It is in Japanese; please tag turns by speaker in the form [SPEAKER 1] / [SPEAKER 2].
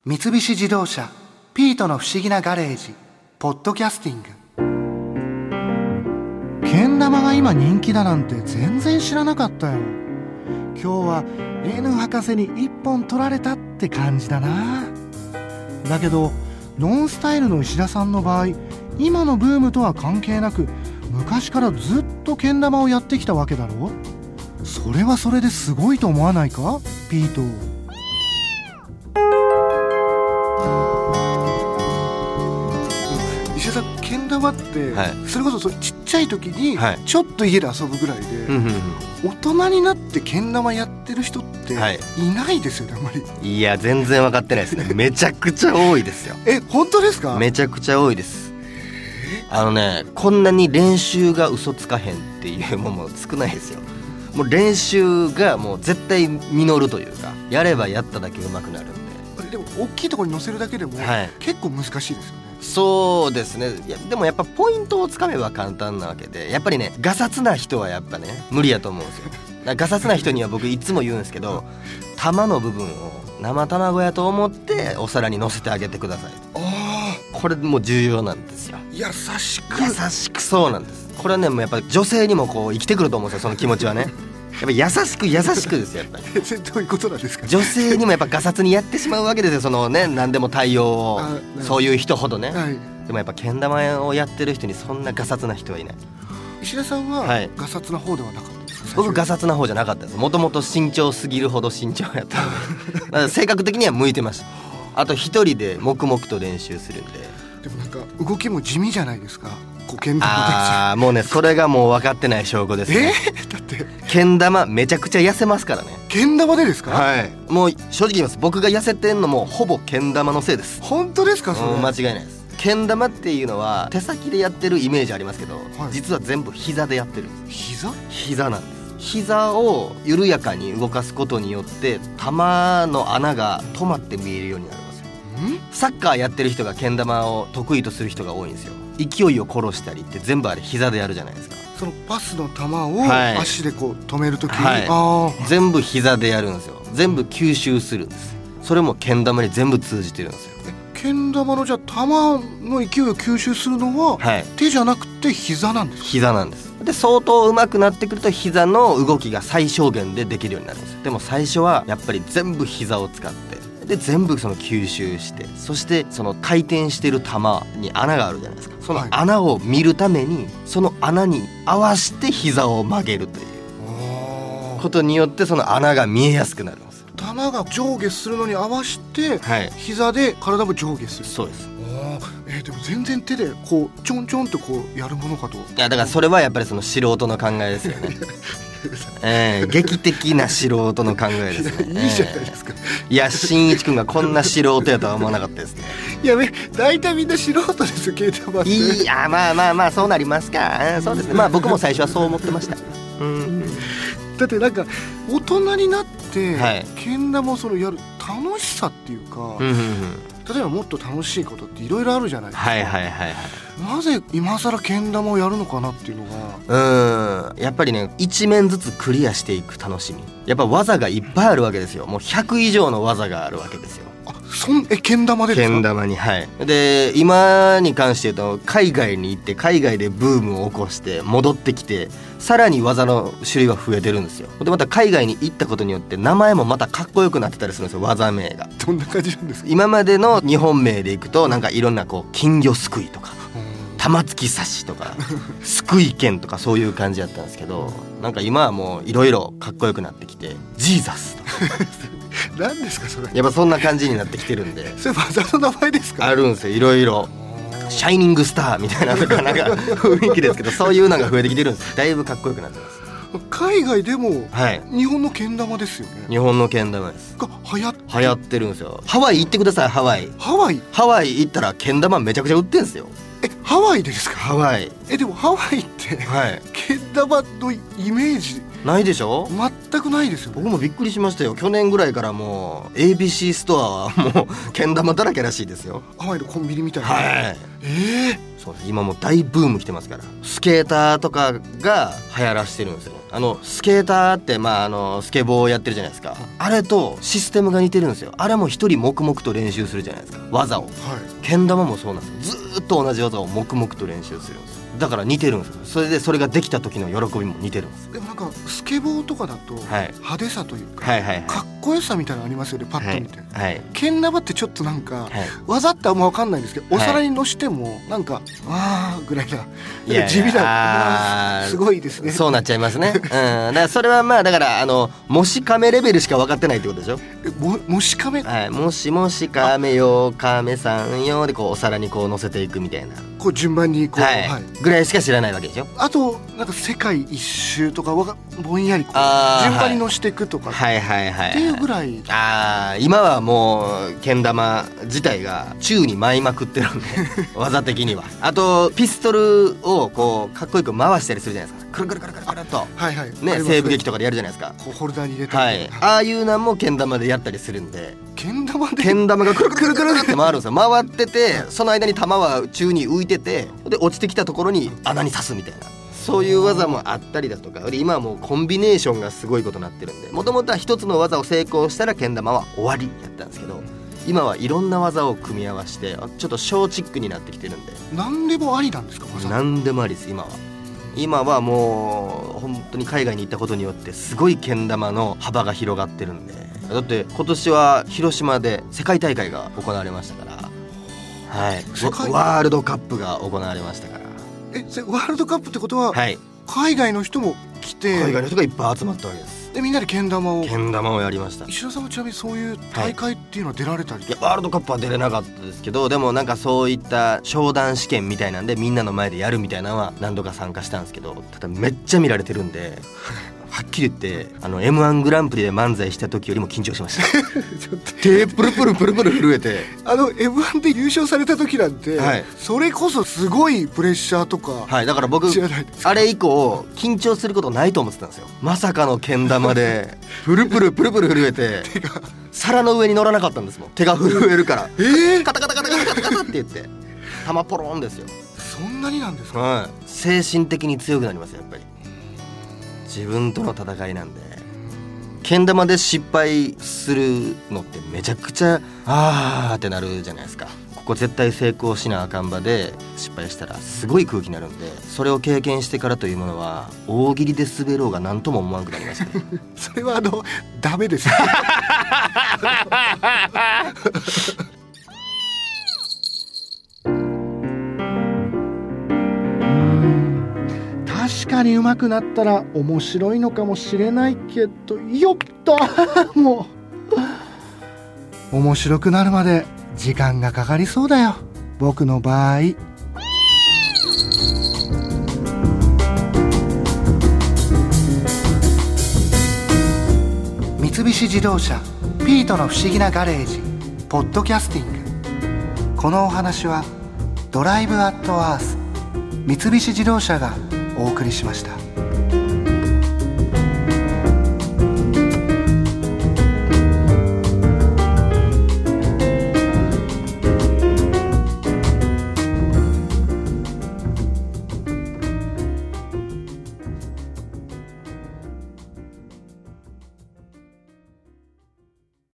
[SPEAKER 1] 三菱自動車ピートの不思議なガレージポッドキャスティング。けん玉が今人気だなんて全然知らなかったよ。今日は N 博士に一本取られたって感じだな。だけどノンスタイルの石田さんの場合、今のブームとは関係なく昔からずっとけん玉をやってきたわけだろ。それはそれですごいと思わないか、ピート。石田さん、けん玉って、それこそちっちゃい時にちょっと家で遊ぶぐらいで、大人になってけん玉やってる人っていないですよね、あんまり。
[SPEAKER 2] いや全然分かってないですね。めちゃくちゃ多いですよ。
[SPEAKER 1] 本当ですか？
[SPEAKER 2] めちゃくちゃ多いです。こんなに練習が嘘つかへんっていうものも少ないですよ。もう練習がもう絶対実るというか、やればやっただけ上手くなるんで。
[SPEAKER 1] でも大きいところに乗せるだけでも、結構難しいですよね。
[SPEAKER 2] そうですね。いやでもやっぱポイントをつかめば簡単なわけで、やっぱりねガサツな人はやっぱね無理やと思うんですよ。だからガサツな人には僕いつも言うんですけど、玉の部分を生卵やと思ってお皿に乗せてあげてください。これも重要なんですよ。
[SPEAKER 1] 優しく。
[SPEAKER 2] そうなんです。これはねもうやっぱり女性にもこう生きてくると思うんですよ、その気持ちはね。やっぱ優しくですよ、やっぱり。
[SPEAKER 1] どういうことなんですか？
[SPEAKER 2] 女性にもやっぱガサツにやってしまうわけですよ、そのね何でも対応を。そういう人ほどね、でもやっぱけん玉をやってる人にそんなガサツな人はいない。
[SPEAKER 1] 石田さんは、ガサツな方ではなかったですか？
[SPEAKER 2] 僕ガサツな方じゃなかったです。もともと慎重すぎるほど慎重やったのでだから性格的には向いてました。あと一人で黙々と練習するんで。
[SPEAKER 1] でもなんか動きも地味じゃないですか、けん玉で。
[SPEAKER 2] もうねそれがもう分かってない証拠ですね。
[SPEAKER 1] だって
[SPEAKER 2] けん玉めちゃくちゃ痩せますからね。
[SPEAKER 1] けん玉でですか？
[SPEAKER 2] もう正直言います。僕が痩せてんのもほぼけん玉のせいです。
[SPEAKER 1] 本当ですか？それ
[SPEAKER 2] 間違いないです。けん玉っていうのは手先でやってるイメージありますけど、実は全部膝でやってるんです。膝なんです。膝を緩やかに動かすことによって玉の穴が止まって見えるようになるんですよ。サッカーやってる人がけん玉を得意とする人が多いんですよ。勢いを殺したりって全部あれ膝でやるじゃないですか。
[SPEAKER 1] そのパスの球を足でこう止めるときに、
[SPEAKER 2] 全部膝でやるんですよ。全部吸収するんです。それもけん玉に全部通じてるんですよ。
[SPEAKER 1] けん玉のじゃあ球の勢いを吸収するのは、手じゃなくて膝なんですか？
[SPEAKER 2] 膝なんです。で相当上手くなってくると膝の動きが最小限でできるようになるんですよ。でも最初はやっぱり全部膝を使って、で全部その吸収して、そしてその回転してる球に穴があるじゃないですか。その穴を見るためにその穴に合わせて膝を曲げるということによってその穴が見えやすくなるんです。
[SPEAKER 1] 球が上下するのに合わせて、膝で体も上下する。
[SPEAKER 2] そうです。
[SPEAKER 1] でも全然手でこうちょんちょんとこうやるものかと。い
[SPEAKER 2] やだからそれはやっぱりその素人の考えですよね。劇的な素人の考えですね。
[SPEAKER 1] いいじゃないですか。
[SPEAKER 2] いや新一くんがこんな素人やとは思わなかったですね。
[SPEAKER 1] いや大体みんな素人ですよ、けん玉って。
[SPEAKER 2] いやまあそうなりますか。そうですね。僕も最初はそう思ってました。
[SPEAKER 1] だってなんか大人になってけん玉をそのやる楽しさっていうか、例えばもっと楽しいことっていろいろあるじゃないですか。なぜ今更けん玉をやるのかなっていうのが。
[SPEAKER 2] やっぱりね一面ずつクリアしていく楽しみ。やっぱ技がいっぱいあるわけですよ。もう100以上の技があるわけですよ。
[SPEAKER 1] けん玉でですか？
[SPEAKER 2] けん玉に。で今に関して言うと海外に行って海外でブームを起こして戻ってきて、さらに技の種類は増えてるんですよ。でまた海外に行ったことによって名前もまたかっこよくなってたりするんですよ、技名が。
[SPEAKER 1] どんな感じなんですか？
[SPEAKER 2] 今までの日本名でいくとなんかいろんなこう金魚すくいとか玉突き刺しとかすくい剣とかそういう感じだったんですけど、なんか今はもういろいろかっこよくなってきてジーザスとか
[SPEAKER 1] 何ですかそれ？
[SPEAKER 2] やっぱそんな感じになってきてるんで。
[SPEAKER 1] それ技の名前ですか？
[SPEAKER 2] あるんですよ、いろいろ。シャイニングスターみたいなとかなんか雰囲気ですけど、そういうのが増えてきてるんです。だいぶかっこよくなってます。
[SPEAKER 1] 海外でも日本のけん玉ですよね。
[SPEAKER 2] 日本のけん玉です
[SPEAKER 1] が流
[SPEAKER 2] 行ってるんですよ。ハワイ行ってください。ハワイ行ったらけん玉めちゃくちゃ売ってんすよ。
[SPEAKER 1] ハワイでですか？
[SPEAKER 2] ハワイ。
[SPEAKER 1] でもハワイって、けん玉のイメージ
[SPEAKER 2] ないでしょ。
[SPEAKER 1] 全くないですよね。
[SPEAKER 2] 僕もびっくりしましたよ。去年ぐらいからもう ABC ストアはもうけん玉だらけらしいですよ。
[SPEAKER 1] ハワイのコンビニみたいな。
[SPEAKER 2] はい。そうです。今もう大ブーム来てますから。スケーターとかが流行らしてるんですよ。スケーターってスケボーやってるじゃないですか。あれとシステムが似てるんですよ。あれも一人黙々と練習するじゃないですか、技を。はい。けん玉もそうなんですよ。ずーっと同じ技を黙々と練習するんですよ。だから似てるんですよ。それでそれができた時の喜びも似てるんです。
[SPEAKER 1] でもなんかスケボーとかだと派手さというか、かっこよさみたいなのありますよね、パッと見て。けん玉ってちょっとなんか、技ってあんま分かんないんですけど、お皿にのしてもなんかぐらいな、地味な、すごいですね。
[SPEAKER 2] そうなっちゃいますね。だからそれはだからもし亀レベルしか分かってないってことでしょ。
[SPEAKER 1] もし亀、
[SPEAKER 2] もしもし亀よ亀さんよでこうお皿にこう乗せていくみたいな、
[SPEAKER 1] こう順番にこ
[SPEAKER 2] う、ぐらいしか知らないわけでしょ。
[SPEAKER 1] あとなんか世界一周とかぼんやりこう順番に乗していくとかっていうぐらい。
[SPEAKER 2] 今はもうけん玉自体が宙に舞いまくってるんで技的には。あとピストルをこうかっこよく回したりするじゃないですか。くるくるくるくるくるっとね、西部劇とかでやるじゃないですか。
[SPEAKER 1] ホルダーに入れたり、
[SPEAKER 2] ああいうのもけん玉でやったりするんで、
[SPEAKER 1] けん玉
[SPEAKER 2] がくるくるくるくるって回るんですよ。回っててその間に玉は宙に浮いてて、で落ちてきたところに穴に刺すみたいな、そういう技もあったりだとか。で今はもうコンビネーションがすごいことになってるんで、もともとは一つの技を成功したらけん玉は終わりやったんですけど、今はいろんな技を組み合わせてちょっとショーチックになってきてるんで。
[SPEAKER 1] 何でもありなんですか？
[SPEAKER 2] 何でもありです。今はもう本当に海外に行ったことによってすごいけん玉の幅が広がってるんで。だって今年は広島で世界大会が行われましたから、ワールドカップが行われましたから。
[SPEAKER 1] ワールドカップってことは、海外の人も来て、
[SPEAKER 2] 海外の人がいっぱい集まったわけです。
[SPEAKER 1] でみんなでけん玉をや
[SPEAKER 2] りました。
[SPEAKER 1] 石田さんはちなみにそういう大会っていうのは出られたり？
[SPEAKER 2] いやワールドカップは出れなかったですけど、でもなんかそういった商談試験みたいなんでみんなの前でやるみたいなのは何度か参加したんですけど、ただめっちゃ見られてるんではっきり言ってM1 グランプリで漫才した時よりも緊張しました手プルプルプルプル震えて
[SPEAKER 1] M1 で優勝された時なんて、それこそすごいプレッシャーとか、
[SPEAKER 2] だから僕あれ以降緊張することないと思ってたんですよ。まさかのけん玉でプルプルプルプル震えて皿の上に乗らなかったんですもん。手が震えるからカタカタカタカタカタカタって言って玉ポロンですよ。
[SPEAKER 1] そんなになんですか？
[SPEAKER 2] 精神的に強くなりますよやっぱり。自分との戦いなんで。けん玉で失敗するのってめちゃくちゃってなるじゃないですか。ここ絶対成功しなあかん場で失敗したらすごい空気になるんで、それを経験してからというものは大喜利で滑ろうが何とも思わなくなりましたね
[SPEAKER 1] それはダメです確かに上手くなったら面白いのかもしれないけど、よっともう面白くなるまで時間がかかりそうだよ、僕の場合。三菱自動車ピートの不思議なガレージポッドキャスティング。このお話はドライブアットアース三菱自動車がお送りしました。